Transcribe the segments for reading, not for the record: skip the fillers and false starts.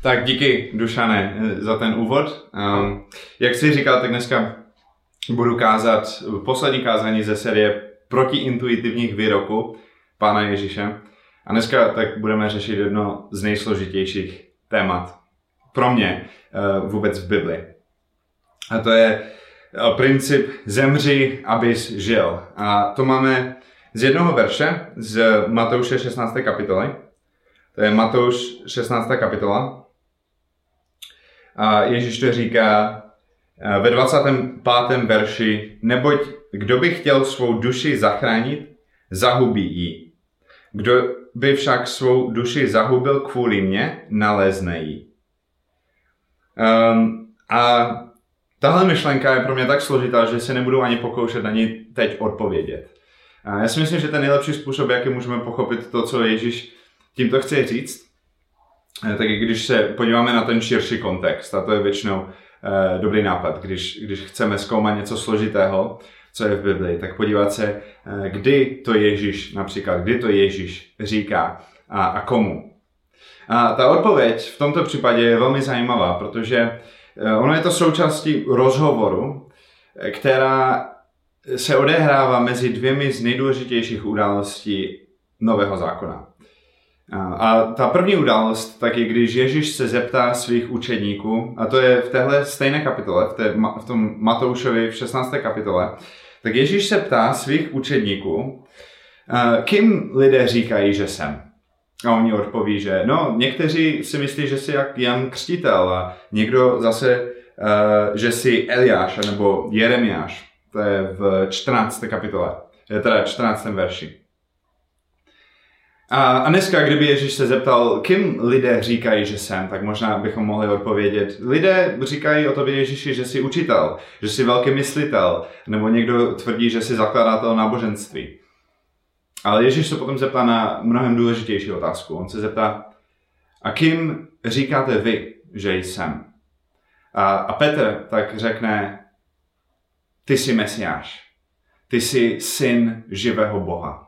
Tak díky, Dušane, za ten úvod. Jak jsi říkal, tak dneska budu kázat poslední kázání ze série protiintuitivních výroků Pána Ježíše. A dneska tak budeme řešit jedno z nejsložitějších témat pro mě vůbec v Bibli. A to je princip zemři, abys žil. A to máme z jednoho verše z Matouše 16. kapitoly. To je Matouš 16. kapitola. A Ježíš to říká ve 25. verši: neboť kdo by chtěl svou duši zachránit, zahubí ji. Kdo by však svou duši zahubil kvůli mně, nalezne ji. A tahle myšlenka je pro mě tak složitá, že se nebudu ani pokoušet ani teď odpovědět. Já si myslím, že ten nejlepší způsob, jaký můžeme pochopit to, co Ježíš tímto chce říct, tak když se podíváme na ten širší kontext, a to je většinou dobrý nápad, když chceme zkoumat něco složitého, co je v Biblii, tak podívat se, kdy to Ježíš říká a komu. A ta odpověď v tomto případě je velmi zajímavá, protože ono je to součástí rozhovoru, která se odehrává mezi dvěmi z nejdůležitějších událostí Nového zákona. A ta první událost tak je, když Ježíš se zeptá svých učedníků, a to je v téhle stejné kapitole, v tom Matoušovi v 16. kapitole, tak Ježíš se ptá svých učedníků, kým lidé říkají, že jsem. A oni odpoví, že někteří si myslí, že jsi jak Jan Křtitel, a někdo zase, že jsi Eliáš nebo Jeremiáš. To je v 14. kapitole, teda 14. verši. A dneska, kdyby Ježíš se zeptal, kým lidé říkají, že jsem, tak možná bychom mohli odpovědět. Lidé říkají o tobě, Ježíši, že jsi učitel, že jsi velký myslitel, nebo někdo tvrdí, že jsi zakladatel náboženství. Ale Ježíš se potom zeptá na mnohem důležitější otázku. On se zeptá, a kým říkáte vy, že jsem? A Petr tak řekne, ty jsi Mesiáš, ty jsi syn živého Boha.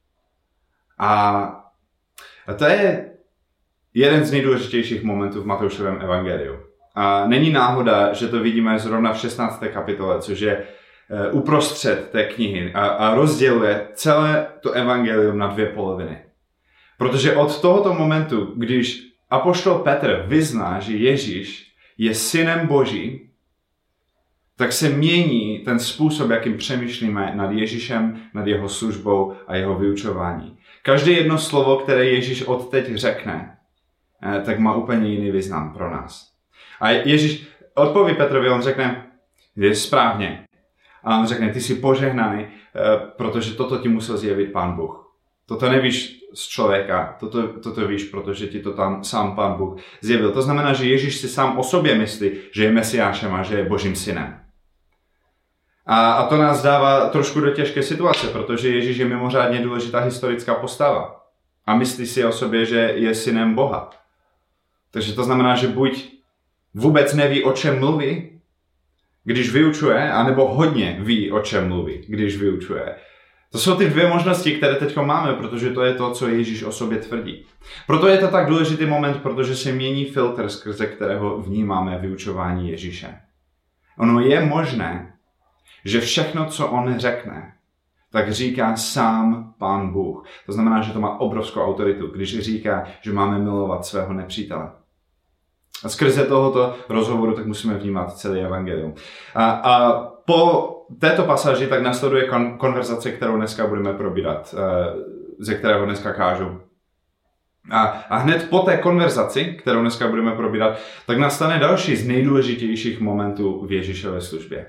A to je jeden z nejdůležitějších momentů v Matoušovém evangeliu. A není náhoda, že to vidíme zrovna v 16. kapitole, což je uprostřed té knihy a rozděluje celé to evangelium na dvě poloviny. Protože od tohoto momentu, když apoštol Petr vyzná, že Ježíš je synem Boží, tak se mění ten způsob, jakým přemýšlíme nad Ježíšem, nad jeho službou a jeho vyučování. Každé jedno slovo, které Ježíš odteď řekne, tak má úplně jiný význam pro nás. A Ježíš odpoví Petrovi, on řekne, je správně. A on řekne, ty jsi požehnaný, protože toto ti musel zjevit Pán Bůh. Toto nevíš z člověka, toto víš, protože ti to tam sám Pán Bůh zjevil. To znamená, že Ježíš si sám o sobě myslí, že je Mesiášem a že je Božím synem. A to nás dává trošku do těžké situace, protože Ježíš je mimořádně důležitá historická postava. A myslí si o sobě, že je synem Boha. Takže to znamená, že buď vůbec neví, o čem mluví, když vyučuje, anebo hodně ví, o čem mluví, když vyučuje. To jsou ty dvě možnosti, které teď máme, protože to je to, co Ježíš o sobě tvrdí. Proto je to tak důležitý moment, protože se mění filtr, skrze kterého vnímáme vyučování Ježíše. Ono je možné, že všechno, co on řekne, tak říká sám Pán Bůh. To znamená, že to má obrovskou autoritu, když říká, že máme milovat svého nepřítele. A skrze tohoto rozhovoru tak musíme vnímat celý evangelium. A po této pasáži tak následuje konverzace, kterou dneska budeme probírat, ze kterého dneska kážu. A hned po té konverzaci, kterou dneska budeme probírat, tak nastane další z nejdůležitějších momentů v Ježíšově službě.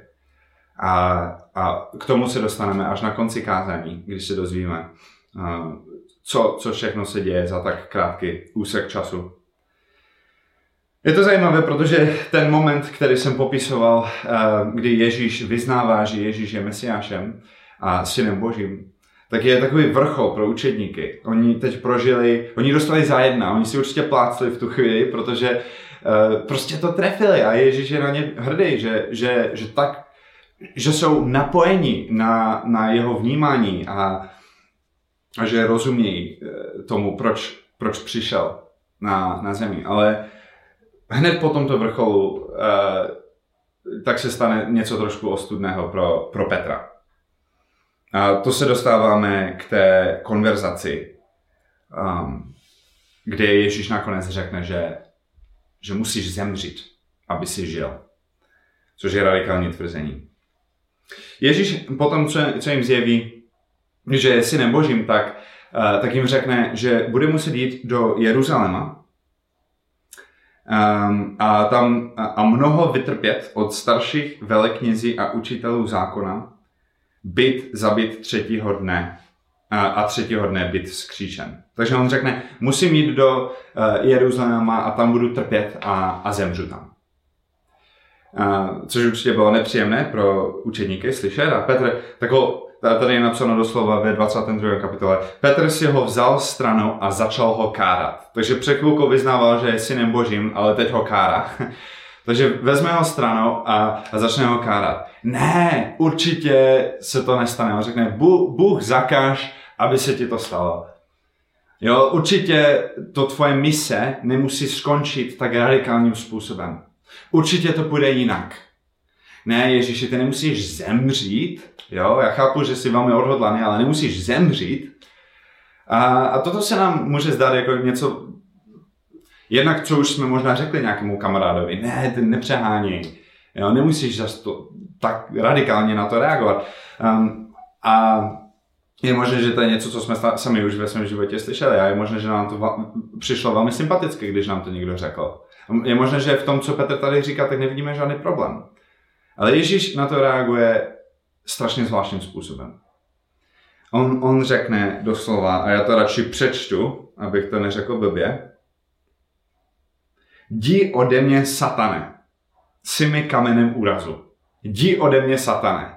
A k tomu se dostaneme až na konci kázání, když se dozvíme, co všechno se děje za tak krátký úsek času. Je to zajímavé, protože ten moment, který jsem popisoval, kdy Ježíš vyznává, že Ježíš je Mesiášem a synem Božím, tak je takový vrchol pro učedníky. Oni teď oni dostali za jedna, oni si určitě plácli v tu chvíli, protože prostě to trefili a Ježíš je na ně hrdý, že jsou napojeni na jeho vnímání a že rozumějí tomu, proč přišel na zemi. Ale hned po tomto vrcholu tak se stane něco trošku ostudného pro Petra. A to se dostáváme k té konverzaci, kde Ježíš nakonec řekne, že musíš zemřít, aby si žil. Což je radikální tvrzení. Ježíš potom, co jim zjeví, že je synem Božím, tak jim řekne, že bude muset jít do Jeruzaléma a mnoho vytrpět od starších veleknězí a učitelů zákona, být zabit 3. dne a 3. dne být vzkříšen. Takže on řekne, musím jít do Jeruzaléma a tam budu trpět a zemřu tam. Což určitě bylo nepříjemné pro učedníky slyšet. A Petr, tady je napsáno doslova ve 22. kapitole, Petr si ho vzal stranou a začal ho kárat. Takže před chvilkou vyznával, že je synem Božím, ale teď ho kárá. Takže vezme ho stranou a začne ho kárat. Ne, určitě se to nestane. On řekne, Bůh zakáž, aby se ti to stalo. Jo, určitě to tvoje mise nemusí skončit tak radikálním způsobem. Určitě to bude jinak. Ne, Ježíši, ty nemusíš zemřít. Jo, já chápu, že jsi velmi odhodlaný, ale nemusíš zemřít. A toto se nám může zdát jako něco, jednak co už jsme možná řekli nějakému kamarádovi. Ne, ty nepřeháněj. Jo, nemusíš zase tak radikálně na to reagovat. A je možné, že to je něco, co jsme sami už ve svém životě slyšeli a je možné, že nám to přišlo velmi sympaticky, když nám to někdo řekl. Je možné, že v tom, co Petr tady říká, tak nevidíme žádný problém. Ale Ježíš na to reaguje strašně zvláštním způsobem. On řekne doslova, a já to radši přečtu, abych to neřekl blbě, jdi ode mě, satane, jsi mi kamenem úrazu. Jdi ode mě, satane.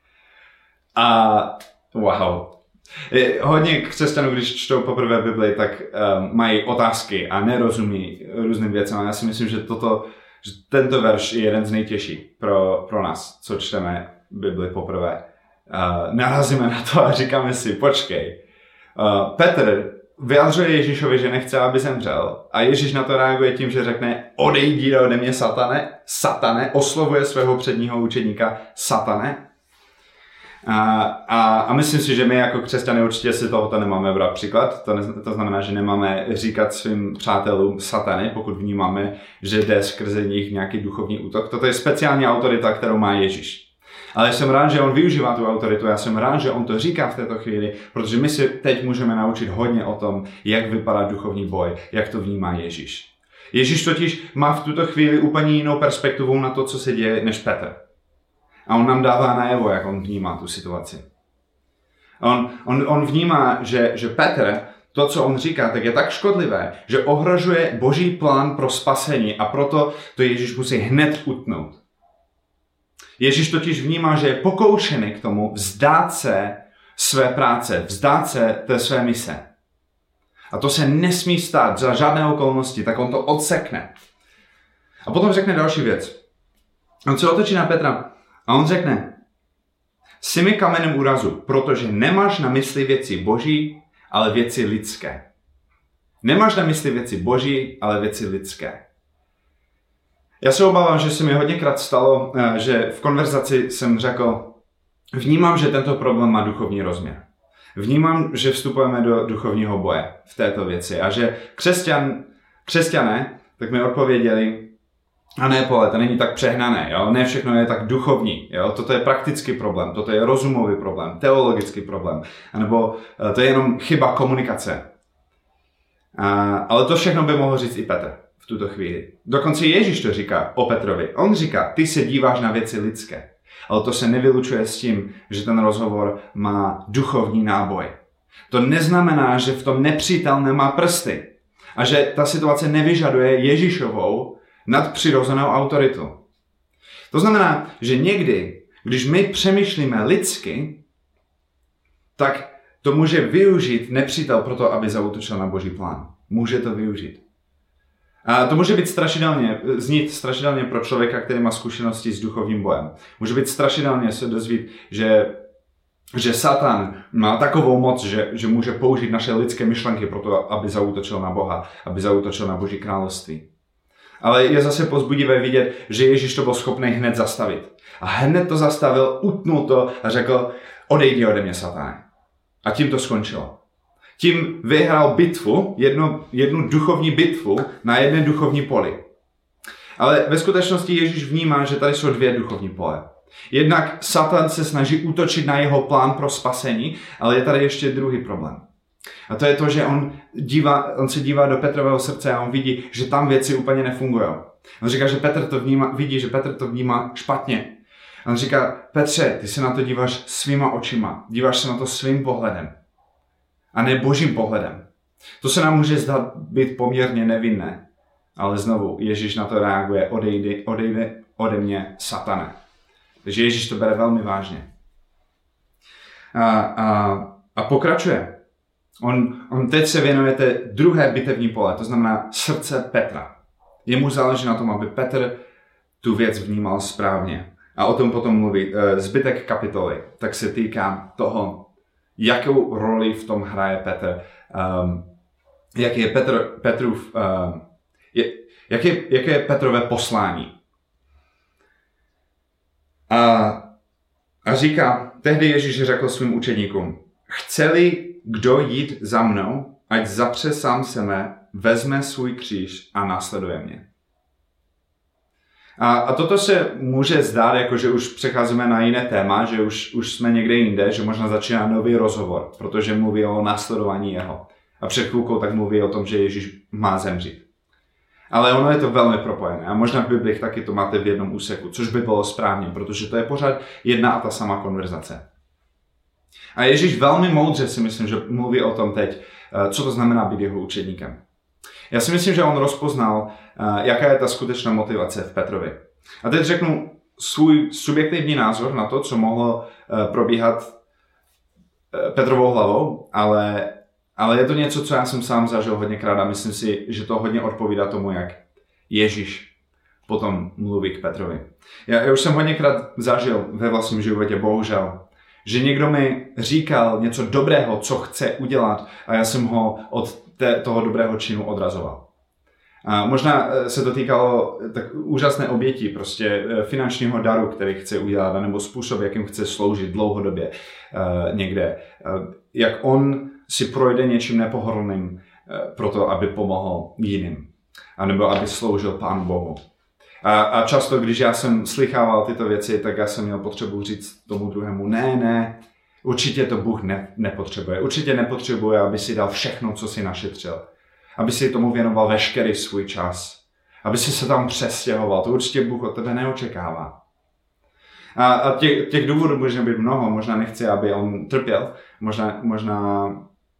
A wow. Hodně křesťanů, když čtou poprvé Bibli, tak mají otázky a nerozumí různým věcem. A já si myslím, že tento verš je jeden z nejtěžších pro nás, co čteme Bibli poprvé. Narazíme na to a říkáme si, počkej. Petr vyjadřuje Ježíšovi, že nechce, aby zemřel. A Ježíš na to reaguje tím, že řekne, odejdi ode mě, satane, oslovuje svého předního učedníka, satane. A myslím si, že my jako křesťané určitě si tohoto nemáme brát příklad. To znamená, že nemáme říkat svým přátelům satany, pokud vnímáme, že jde skrze nich nějaký duchovní útok. Toto je speciální autorita, kterou má Ježíš. Ale jsem rád, že on využívá tu autoritu, já jsem rád, že on to říká v této chvíli, protože my si teď můžeme naučit hodně o tom, jak vypadá duchovní boj, jak to vnímá Ježíš. Ježíš totiž má v tuto chvíli úplně jinou perspektivu na to, co se děje, než Petr. A on nám dává najevo, jak on vnímá tu situaci. On vnímá, že Petr, to, co on říká, tak je tak škodlivé, že ohrožuje Boží plán pro spasení a proto to Ježíš musí hned utnout. Ježíš totiž vnímá, že je pokoušený k tomu vzdát se své práce, vzdát se té své mise. A to se nesmí stát za žádné okolnosti, tak on to odsekne. A potom řekne další věc. On se otočí na Petra a on řekne, jsi mi kamenem úrazu, protože nemáš na mysli věci Boží, ale věci lidské. Nemáš na mysli věci Boží, ale věci lidské. Já se obávám, že se mi hodněkrát stalo, že v konverzaci jsem řekl, vnímám, že tento problém má duchovní rozměr. Vnímám, že vstupujeme do duchovního boje v této věci a že křesťané tak mi odpověděli, a ne, Pole, to není tak přehnané, jo? Ne všechno je tak duchovní, jo? Toto je praktický problém, toto je rozumový problém, teologický problém, anebo to je jenom chyba komunikace. Ale to všechno by mohl říct i Petr v tuto chvíli. Dokonce Ježíš to říká o Petrovi. On říká, ty se díváš na věci lidské, ale to se nevylučuje s tím, že ten rozhovor má duchovní náboj. To neznamená, že v tom nepřítel nemá prsty a že ta situace nevyžaduje Ježíšovou nadpřirozenou autoritu. To znamená, že někdy, když my přemýšlíme lidsky, tak to může využít nepřítel proto, aby zaútočil na Boží plán. Může to využít. A to může být znít strašidelně pro člověka, který má zkušenosti s duchovním bojem. Může být strašidelně se dozvít, že Satan má takovou moc, že může použít naše lidské myšlenky proto, aby zaútočil na Boha, aby zaútočil na Boží království. Ale je zase povzbudivé vidět, že Ježíš to byl schopný hned zastavit. A hned to zastavil, utnul to a řekl, odejdi ode mě, Satané. A tím to skončilo. Tím vyhrál bitvu, jednu duchovní bitvu na jedné duchovní poli. Ale ve skutečnosti Ježíš vnímá, že tady jsou dvě duchovní pole. Jednak Satan se snaží útočit na jeho plán pro spasení, ale je tady ještě druhý problém. A to je to, že on se dívá do Petrového srdce a on vidí, že tam věci úplně nefungují. On říká, že vidí, že Petr to vnímá špatně. On říká, Petře, ty se na to díváš svýma očima, díváš se na to svým pohledem a ne božím pohledem. To se nám může zdát být poměrně nevinné, ale znovu Ježíš na to reaguje, odejde ode mě, Satane. Takže Ježíš to bere velmi vážně. A pokračuje. On teď se věnuje té druhé bitevní pole, to znamená srdce Petra. Jemu záleží na tom, aby Petr tu věc vnímal správně. A o tom potom mluví zbytek kapitoly. Tak se týká toho, jakou roli v tom hraje Petr, jaký je Petrův, jaké je Petrové poslání. A říká, tehdy Ježíš řekl svým učeníkům, chce-li kdo jít za mnou, ať zapře sám sebe, vezme svůj kříž a následuje mě. A toto se může zdát, jako že už přecházíme na jiné téma, že už jsme někde jinde, že možná začíná nový rozhovor, protože mluví o následování jeho. A před chvilkou tak mluví o tom, že Ježíš má zemřít. Ale ono je to velmi propojené a možná v Biblích taky to máte v jednom úseku, což by bylo správně, protože to je pořád jedna a ta sama konverzace. A Ježíš velmi moudře si myslím, že mluví o tom teď, co to znamená být jeho učedníkem. Já si myslím, že on rozpoznal, jaká je ta skutečná motivace v Petrovi. A teď řeknu svůj subjektivní názor na to, co mohlo probíhat Petrovou hlavou, ale je to něco, co já jsem sám zažil hodněkrát a myslím si, že to hodně odpovídá tomu, jak Ježíš potom mluví k Petrovi. Já už jsem hodněkrát zažil ve vlastním životě, bohužel, že někdo mi říkal něco dobrého, co chce udělat a já jsem ho od toho dobrého činu odrazoval. A možná se to týkalo tak úžasné oběti, prostě finančního daru, který chce udělat, nebo způsob, jakým chce sloužit dlouhodobě někde. Jak on si projde něčím nepohodlným proto, aby pomohl jiným. A nebo aby sloužil Pánu Bohu. A často, když já jsem slychával tyto věci, tak já jsem měl potřebu říct tomu druhému, ne, určitě to Bůh nepotřebuje. Určitě nepotřebuje, aby si dal všechno, co si našetřil. Aby si tomu věnoval veškerý svůj čas. Aby si se tam přestěhoval. To určitě Bůh od tebe neočekává. A těch důvodů může být mnoho. Možná nechci, aby on trpěl. Možná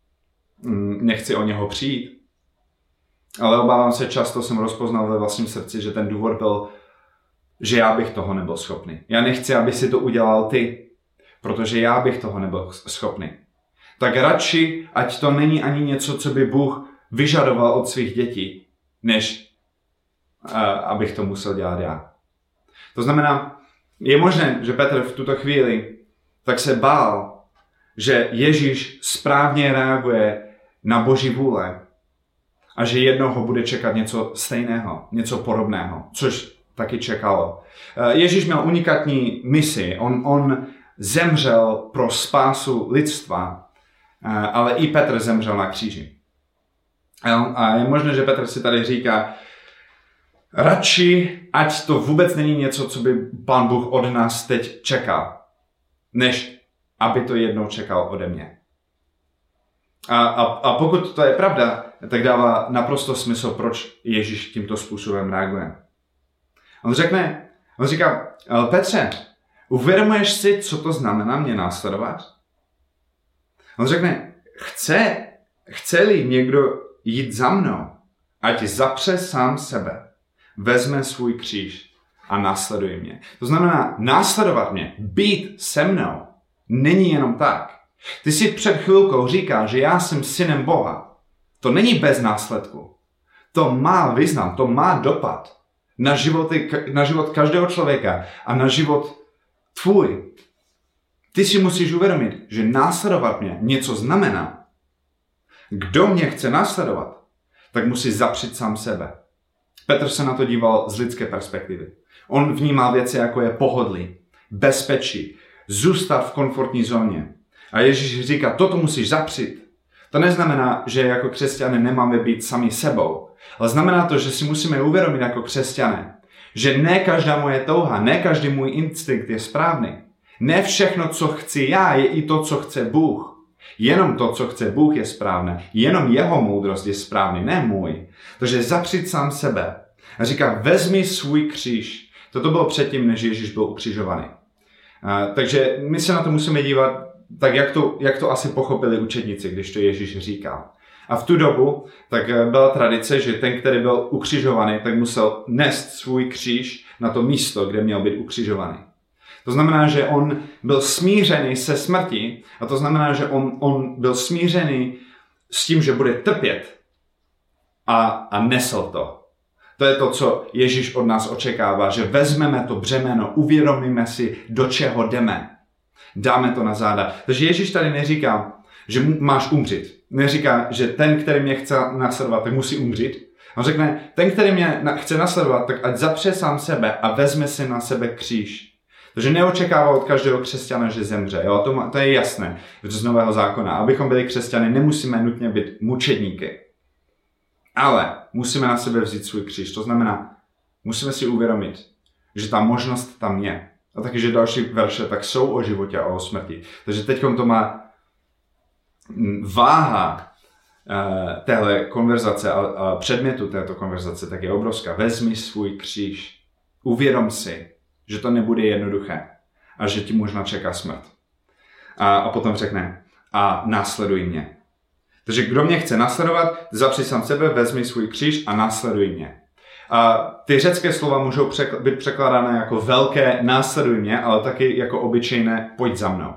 nechci o něho přijít. Ale obávám se, často jsem rozpoznal ve vlastním srdci, že ten důvod byl, že já bych toho nebyl schopný. Já nechci, aby si to udělal ty, protože já bych toho nebyl schopný. Tak radši, ať to není ani něco, co by Bůh vyžadoval od svých dětí, než abych to musel dělat já. To znamená, je možné, že Petr v tuto chvíli tak se bál, že Ježíš správně reaguje na Boží vůle a že jednou ho bude čekat něco stejného, něco podobného, což taky čekalo. Ježíš měl unikátní misi, on zemřel pro spásu lidstva, ale i Petr zemřel na kříži. A je možné, že Petr si tady říká, radši, ať to vůbec není něco, co by Pán Bůh od nás teď čekal, než aby to jednou čekal ode mě. A pokud to je pravda, tak dává naprosto smysl, proč Ježíš tímto způsobem reaguje. On říká, Petře, uvědomuješ si, co to znamená mě následovat? On řekne, chce-li někdo jít za mnou, ať zapře sám sebe, vezme svůj kříž a následuje mě. To znamená, následovat mě, být se mnou, není jenom tak. Ty si před chvilkou říkal, že já jsem synem Boha. To není bez následku. To má význam, to má dopad na život každého člověka a na život tvůj. Ty si musíš uvědomit, že následovat mě něco znamená. Kdo mě chce následovat, tak musí zapřít sám sebe. Petr se na to díval z lidské perspektivy. On vnímal věci, jako je pohodlí, bezpečí, zůstat v komfortní zóně. A Ježíš říká, toto musíš zapřít. To neznamená, že jako křesťané nemáme být sami sebou, ale znamená to, že si musíme uvědomit jako křesťané, že ne každá moje touha, ne každý můj instinkt je správný. Ne všechno, co chci já, je i to, co chce Bůh. Jenom to, co chce Bůh, je správné. Jenom jeho moudrost je správný, ne můj. Takže zapřít sám sebe. A říká, vezmi svůj kříž. Toto bylo předtím, než Ježíš byl ukřižovaný. Takže my se na to musíme dívat tak, jak to asi pochopili učedníci, když to Ježíš říkal. A v tu dobu tak byla tradice, že ten, který byl ukřižovaný, tak musel nést svůj kříž na to místo, kde měl být ukřižovaný. To znamená, že on byl smířený se smrtí a to znamená, že on byl smířený s tím, že bude trpět a nesl to. To je to, co Ježíš od nás očekává, že vezmeme to břemeno, uvědomíme si, do čeho jdeme. Dáme to na záda. Takže Ježíš tady neříká, že máš umřít. Neříká, že ten, který mě chce následovat, tak musí umřít. On řekne, ten, který mě chce následovat, tak ať zapře sám sebe a vezme si na sebe kříž. Takže neočekává od každého křesťana, že zemře. Jo? To je jasné z Nového zákona. Abychom byli křesťany, nemusíme nutně být mučedníky. Ale musíme na sebe vzít svůj kříž. To znamená, musíme si uvědomit, že ta možnost tam je. A taky, že další verše tak jsou o životě a o smrti. Takže teď to má váha téhle konverzace a předmětu této konverzace tak je obrovská. Vezmi svůj kříž. Uvědom si, že to nebude jednoduché a že ti možná čeká smrt. A potom řekne, a následuj mě. Takže kdo mě chce následovat, zapři sám sebe, vezmi svůj kříž a následuj mě. A ty řecké slova můžou být překládány jako velké následuj mě, ale taky jako obyčejné pojď za mnou.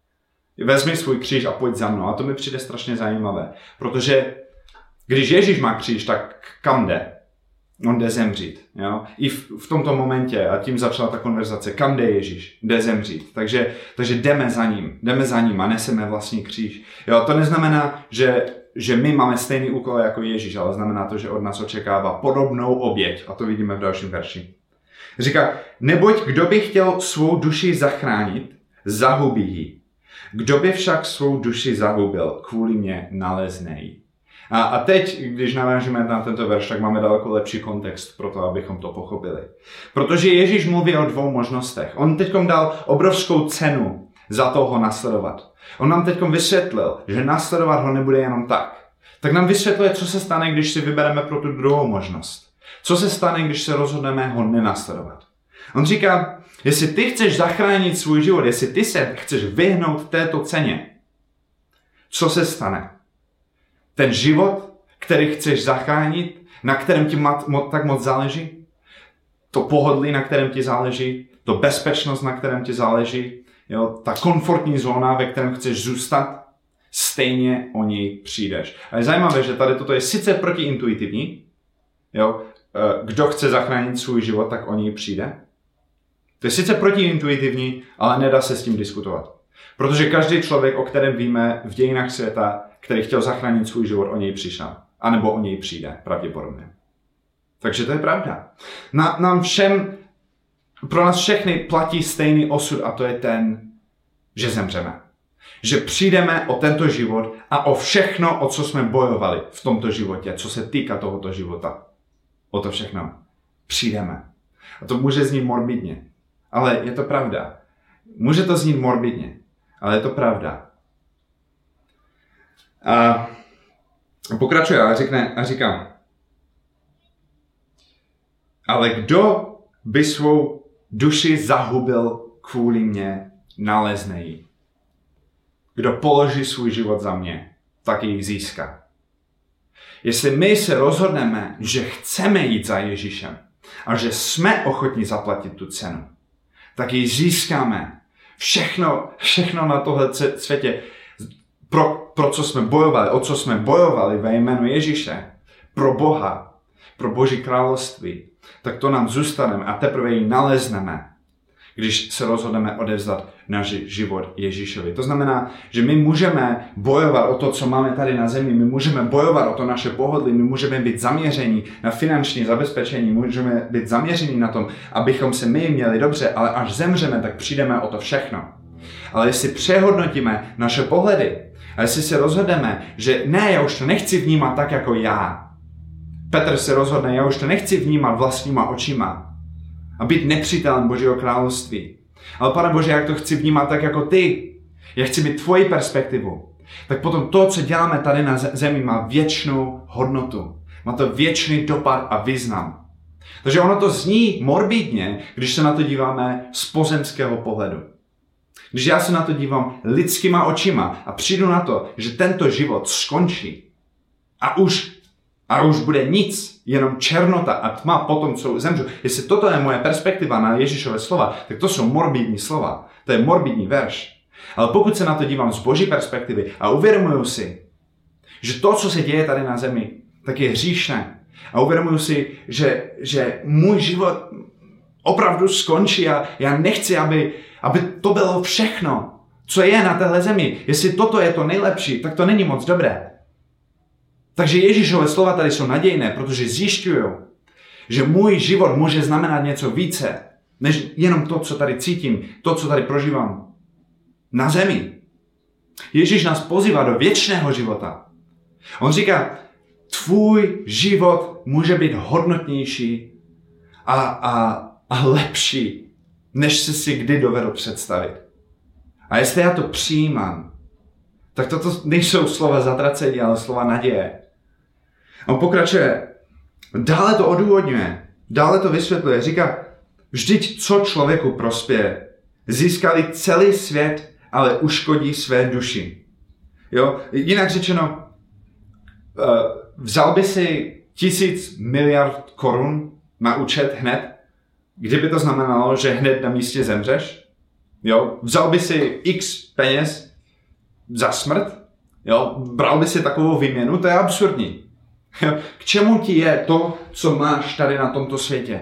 Vezmi svůj kříž a pojď za mnou. A to mi přijde strašně zajímavé, protože když Ježíš má kříž, tak kam jde? On jde zemřít. Jo? I v tomto momentě, a tím začala ta konverzace, kam jde Ježíš? Jde zemřít. Takže jdeme za ním a neseme vlastní kříž. Jo? To neznamená, že my máme stejný úkol jako Ježíš, ale znamená to, že od nás očekává podobnou oběť. A to vidíme v dalším verši. Říká, neboť kdo by chtěl svou duši zachránit, zahubí ji. Kdo by však svou duši zahubil, kvůli mě nalezne ji. A teď, když navážeme na tento verš, tak máme daleko lepší kontext pro to, abychom to pochopili. Protože Ježíš mluví o dvou možnostech. On teď dal obrovskou cenu za to ho nasledovat. On nám teď vysvětlil, že nasledovat ho nebude jenom tak. Tak nám vysvětluje, co se stane, když si vybereme pro tu druhou možnost. Co se stane, když se rozhodneme ho nenasledovat. On říká, jestli ty chceš zachránit svůj život, jestli ty se chceš vyhnout této ceně, co se stane? Ten život, který chceš zachránit, na kterém ti tak moc záleží, to pohodlí, na kterém ti záleží, to bezpečnost, na kterém ti záleží, jo, ta komfortní zóna, ve kterém chceš zůstat, stejně o něj přijdeš. A je zajímavé, že tady toto je sice protiintuitivní, jo, kdo chce zachránit svůj život, tak o něj přijde. To je sice protiintuitivní, ale nedá se s tím diskutovat. Protože každý člověk, o kterém víme v dějinách světa, který chtěl zachránit svůj život, o něj přišel. A nebo o něj přijde, pravděpodobně. Takže to je pravda. Pro nás všechny platí stejný osud a to je ten, že zemřeme. Že přijdeme o tento život a o všechno, o co jsme bojovali v tomto životě, co se týká tohoto života. O to všechno přijdeme. A to může znít morbidně, ale je to pravda. Může to znít morbidně, ale je to pravda. A pokračuje a říká, ale kdo by svou duši zahubil kvůli mě, nalezne ji. Kdo položí svůj život za mě, tak ji získá. Jestli my se rozhodneme, že chceme jít za Ježíšem a že jsme ochotní zaplatit tu cenu, tak ji získáme. Všechno na tohle světě, pro co jsme bojovali, o co jsme bojovali ve jménu Ježíše, pro Boha, pro Boží království, tak to nám zůstaneme a teprve ji nalezneme, když se rozhodneme odevzdat náš život Ježíšovi. To znamená, že my můžeme bojovat o to, co máme tady na zemi, my můžeme bojovat o to naše pohodlí, my můžeme být zaměření na finanční zabezpečení, můžeme být zaměření na tom, abychom se my měli dobře, ale až zemřeme, tak přijdeme o to všechno. Ale jestli přehodnotíme naše pohledy a jestli se rozhodneme, že ne, já už to nechci vnímat tak jako já. Petr se rozhodne, já už to nechci vnímat vlastníma očima a být nepřítelem Božího království. Ale Pane Bože, jak to chci vnímat tak jako ty. Já chci mít tvoji perspektivu. Tak potom to, co děláme tady na zemi, má věčnou hodnotu. Má to věčný dopad a význam. Takže ono to zní morbidně, když se na to díváme z pozemského pohledu. Když já se na to dívám lidskýma očima a přijdu na to, že tento život skončí a už bude nic, jenom černota a tma po tom, co zemřu. Jestli toto je moje perspektiva na Ježíšové slova, tak to jsou morbidní slova. To je morbidní verš. Ale pokud se na to dívám z Boží perspektivy a uvědomuju si, že to, co se děje tady na zemi, tak je hříšné. A uvědomuju si, že můj život opravdu skončí a já nechci, aby to bylo všechno, co je na téhle zemi. Jestli toto je to nejlepší, tak to není moc dobré. Takže Ježíšové slova tady jsou nadějné, protože zjišťují, že můj život může znamenat něco více, než jenom to, co tady cítím, to, co tady prožívám na zemi. Ježíš nás pozývá do věčného života. On říká, tvůj život může být hodnotnější a lepší, než jsi si kdy dovedl představit. A jestli já to přijímám, tak toto nejsou slova zatracení, ale slova naděje. On pokračuje, dále to odůvodňuje, dále to vysvětluje, říká, vždyť co člověku prospěje, získali celý svět, ale uškodí své duši. Jo? Jinak řečeno, vzal by si 1000 miliard korun na účet hned, kdyby to znamenalo, že hned na místě zemřeš? Jo? Vzal by si x peněz za smrt? Jo? Bral by si takovou výměnu? To je absurdní. Jo? K čemu ti je to, co máš tady na tomto světě?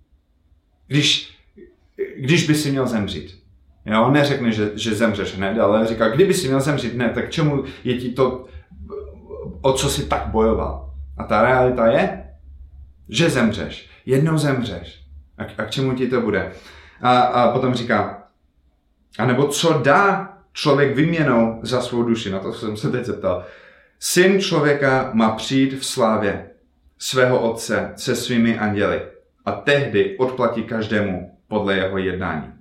Když by si měl zemřít. Jo? On neřekne, že zemřeš hned, ale říká, kdyby si měl zemřít hned, tak k čemu je ti to, o co si tak bojoval? A ta realita je, že zemřeš. Jednou zemřeš. A k čemu ti to bude? A potom říká, anebo co dá člověk výměnou za svou duši? Na to jsem se teď zeptal. Syn člověka má přijít v slávě svého otce se svými anděli a tehdy odplatí každému podle jeho jednání.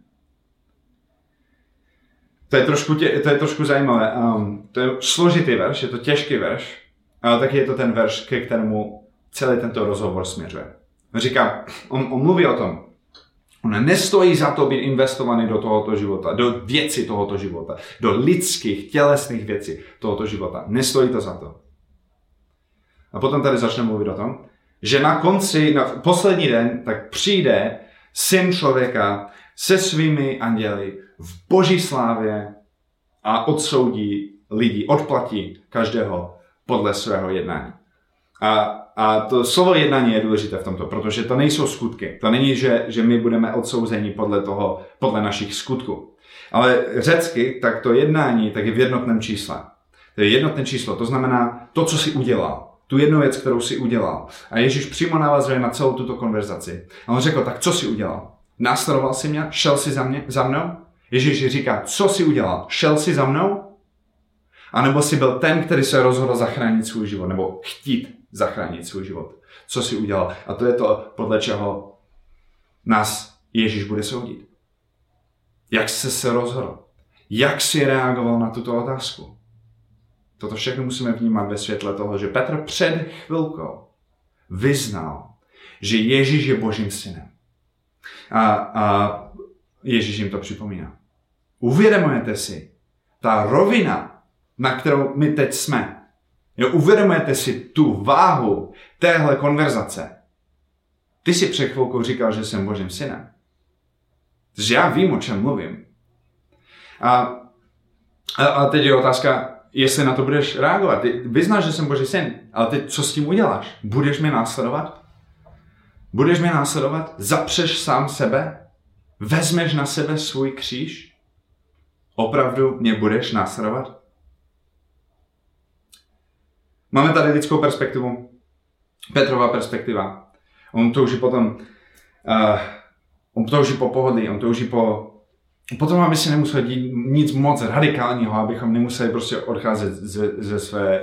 To je trošku zajímavé. To je složitý verš, je to těžký verš, ale taky je to ten verš, ke kterému celý tento rozhovor směřuje. On říká, on mluví o tom, on nestojí za to být investovaný do tohoto života, do věcí tohoto života, do lidských, tělesných věcí tohoto života. Nestojí to za to. A potom tady začne mluvit o tom, že na poslední den, tak přijde Syn člověka se svými anděli v boží slávě a odsoudí lidi, odplatí každého podle svého jednání. A to slovo jednání je důležité v tomto, protože to nejsou skutky. To není, že my budeme odsouzeni podle našich skutků. Ale řecky, tak to jednání tak je v jednotném čísle. To je jednotné číslo, to znamená to, co si udělal. Tu jednu věc, kterou si udělal. A Ježíš přímo navazuje na celou tuto konverzaci. A on řekl, tak co si udělal? Následoval jsi mě? Šel jsi za mnou? Ježíš říká, co si udělal? Šel jsi za mnou? A nebo jsi byl ten, který se rozhodl zachránit svůj život, nebo chtít zachránit svůj život. Co jsi udělal? A to je to, podle čeho nás Ježíš bude soudit. Jak jsi se rozhodl? Jak jsi reagoval na tuto otázku? Toto všechno musíme vnímat ve světle toho, že Petr před chvilkou vyznal, že Ježíš je Božím synem. A Ježíš jim to připomíná. Uvědomujete si, ta rovina, na kterou my teď jsme, uvědomujete si tu váhu téhle konverzace. Ty si před chvilkou říkal, že jsem Božím synem. Takže já vím, o čem mluvím. A teď je otázka, jestli na to budeš reagovat. Ty vyznáš, že jsem Boží syn, ale teď co s tím uděláš? Budeš mě následovat? Budeš mě následovat? Zapřeš sám sebe? Vezmeš na sebe svůj kříž? Opravdu mě budeš následovat? Máme tady lidskou perspektivu, Petrova perspektiva. On touží potom, on touží po pohodlí, on touží po tom, aby si nemusel dít nic moc radikálního, abychom nemuseli prostě odcházet ze své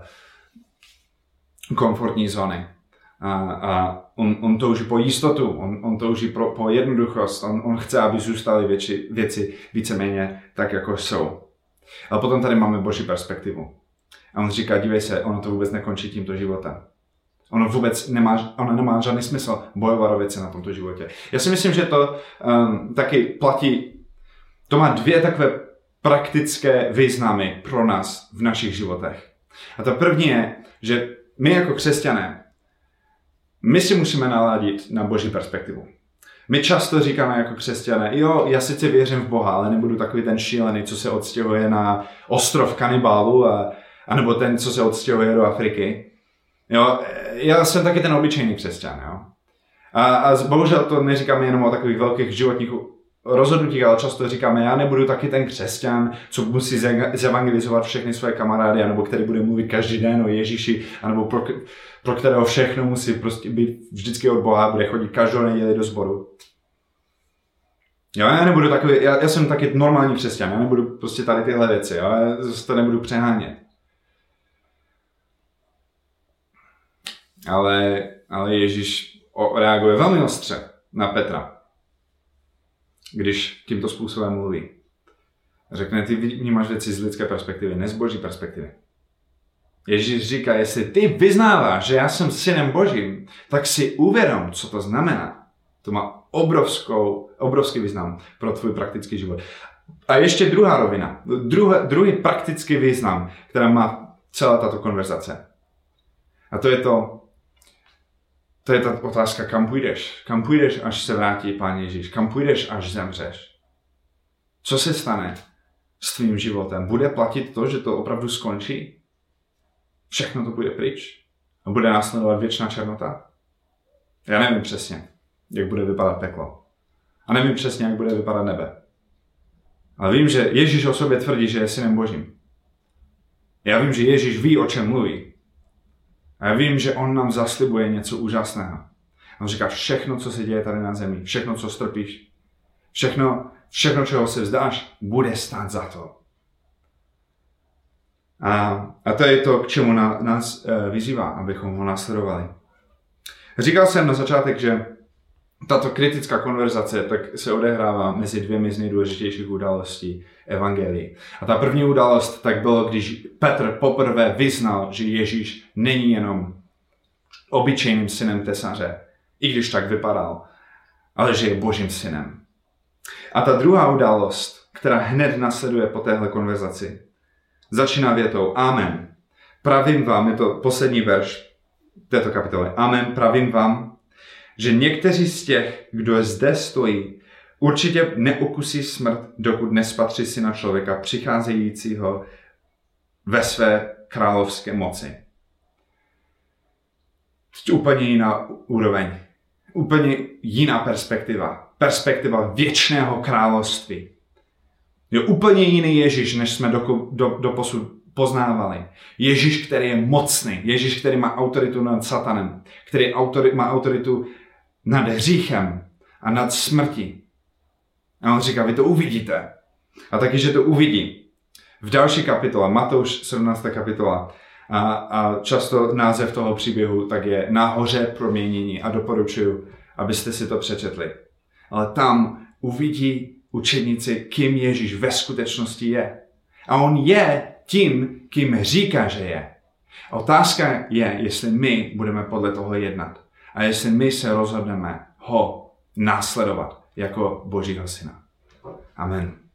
komfortní zóny. A on touží po jistotu, on touží po jednoduchost, on chce, aby zůstaly věci víceméně tak, jako jsou. Ale potom tady máme Boží perspektivu. A on říká, dívej se, ono to vůbec nekončí tímto životem. Ono nemá žádný smysl bojovat o věci na tomto životě. Já si myslím, že to taky platí, to má dvě takové praktické významy pro nás v našich životech. A ta první je, že my jako křesťané, my si musíme naladit na Boží perspektivu. My často říkáme jako křesťané, jo, já sice věřím v Boha, ale nebudu takový ten šílený, co se odstěhuje na ostrov kanibálů, anebo ten, co se odstěhuje do Afriky. Jo, já jsem taky ten obyčejný křesťan. Jo. A bohužel to neříkáme jenom o takových velkých životních rozhodnutích, ale často říkáme, já nebudu taky ten křesťan, co musí zevangelizovat všechny své kamarády, anebo který bude mluvit každý den o Ježíši, anebo pro kterého všechno musí prostě být vždycky od Boha, bude chodit každou neděli do sboru. Jo, já nebudu takový, já jsem taky normální křesťan, já nebudu prostě tady tyhle věci, jo, já to nebudu přehánět. Ale Ježíš reaguje velmi ostře na Petra, když tímto způsobem mluví. Řekne, ty vnímáš věci z lidské perspektivy, ne z Boží perspektivy. Ježíš říká, jestli ty vyznáváš, že já jsem synem Božím, tak si uvědom, co to znamená. To má obrovský význam pro tvůj praktický život. A ještě druhá rovina, druhý praktický význam, která má celá tato konverzace. A to je ta otázka, kam půjdeš. Kam půjdeš, až se vrátí Pán Ježíš? Kam půjdeš, až zemřeš? Co se stane s tvým životem? Bude platit to, že to opravdu skončí? Všechno to půjde pryč? A bude následovat věčná černota? Já nevím přesně, jak bude vypadat peklo. A nevím přesně, jak bude vypadat nebe. Ale vím, že Ježíš o sobě tvrdí, že je synem Božím. Já vím, že Ježíš ví, o čem mluví. A já vím, že on nám zaslibuje něco úžasného. On říká, všechno, co se děje tady na zemi, všechno, co strpíš, všechno, čeho se vzdáš, bude stát za to. A to je to, k čemu nás vyzývá, abychom ho následovali. Říkal jsem na začátek, že tato kritická konverzace tak se odehrává mezi dvěmi z nejdůležitějších událostí evangelii. A ta první událost tak bylo, když Petr poprvé vyznal, že Ježíš není jenom obyčejným synem tesaře, i když tak vypadal, ale že je Božím synem. A ta druhá událost, která hned nasleduje po téhle konverzaci, začíná větou Amen. Pravím vám, je to poslední verš této kapitoly. Amen, pravím vám, že někteří z těch, kdo zde stojí, určitě neukusí smrt, dokud nespatří Syna člověka přicházejícího ve své královské moci. Úplně jiná úroveň, úplně jiná perspektiva. Perspektiva věčného království. Je úplně jiný Ježíš, než jsme doposud poznávali. Ježíš, který je mocný. Ježíš, který má autoritu nad satanem. Který má autoritu nad hříchem a nad smrtí. A on říká, vy to uvidíte. A taky, že to uvidí. V další kapitole, Matouš 17. kapitola, a často název toho příběhu tak je Nahoře proměnění a doporučuji, abyste si to přečetli. Ale tam uvidí učedníci, kým Ježíš ve skutečnosti je. A on je tím, kým říká, že je. A otázka je, jestli my budeme podle toho jednat. A jestli my se rozhodneme ho následovat jako Božího syna. Amen.